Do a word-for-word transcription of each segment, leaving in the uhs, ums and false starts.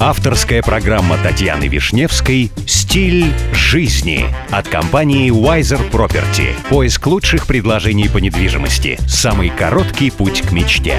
Авторская программа Татьяны Вишневской «Стиль жизни» от компании Wiser Property. Поиск лучших предложений по недвижимости. Самый короткий путь к мечте.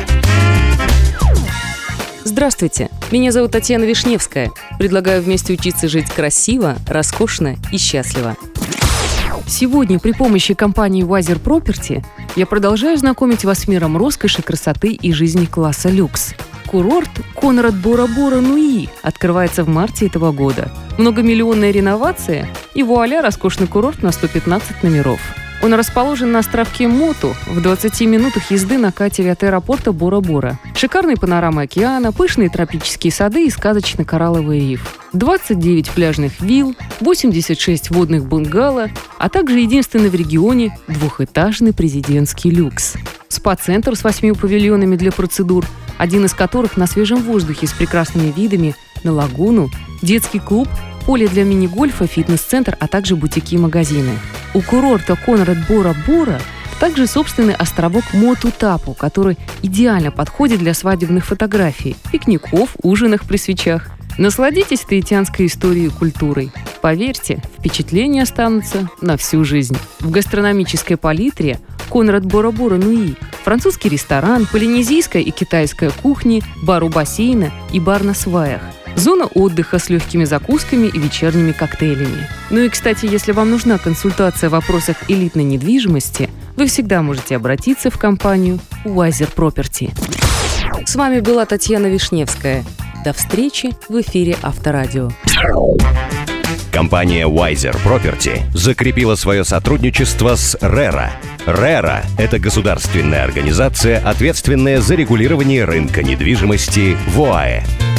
Здравствуйте, меня зовут Татьяна Вишневская. Предлагаю вместе учиться жить красиво, роскошно и счастливо. Сегодня при помощи компании Wiser Property я продолжаю знакомить вас с миром роскоши, красоты и жизни класса люкс. Курорт Конрад Бора-Бора-Нуи открывается в марте этого года. Многомиллионная реновация и вуаля, роскошный курорт на сто пятнадцать номеров. Он расположен на островке Моту в двадцати минутах езды на катере от аэропорта Бора-Бора. Шикарные панорамы океана, пышные тропические сады и сказочный коралловый риф. двадцать девять пляжных вилл, восемьдесят шесть водных бунгало, а также единственный в регионе двухэтажный президентский люкс. Спа-центр с восьмью павильонами для процедур, один из которых на свежем воздухе с прекрасными видами на лагуну, детский клуб, поле для мини-гольфа, фитнес-центр, а также бутики и магазины. У курорта Конрад Бора-Бора также собственный островок Моту-Тапу, который идеально подходит для свадебных фотографий, пикников, ужинов при свечах. Насладитесь таитянской историей и культурой. Поверьте, впечатления останутся на всю жизнь. В гастрономической палитре Конрад Бора-Бора-Нуи французский ресторан, полинезийская и китайская кухни, бар у бассейна и бар на сваях. Зона отдыха с легкими закусками и вечерними коктейлями. Ну и, кстати, если вам нужна консультация в вопросах элитной недвижимости, вы всегда можете обратиться в компанию Wiser Property. С вами была Татьяна Вишневская. До встречи в эфире Авторадио. Компания Wiser Property закрепила свое сотрудничество с рера. рера – это государственная организация, ответственная за регулирование рынка недвижимости в ОАЭ.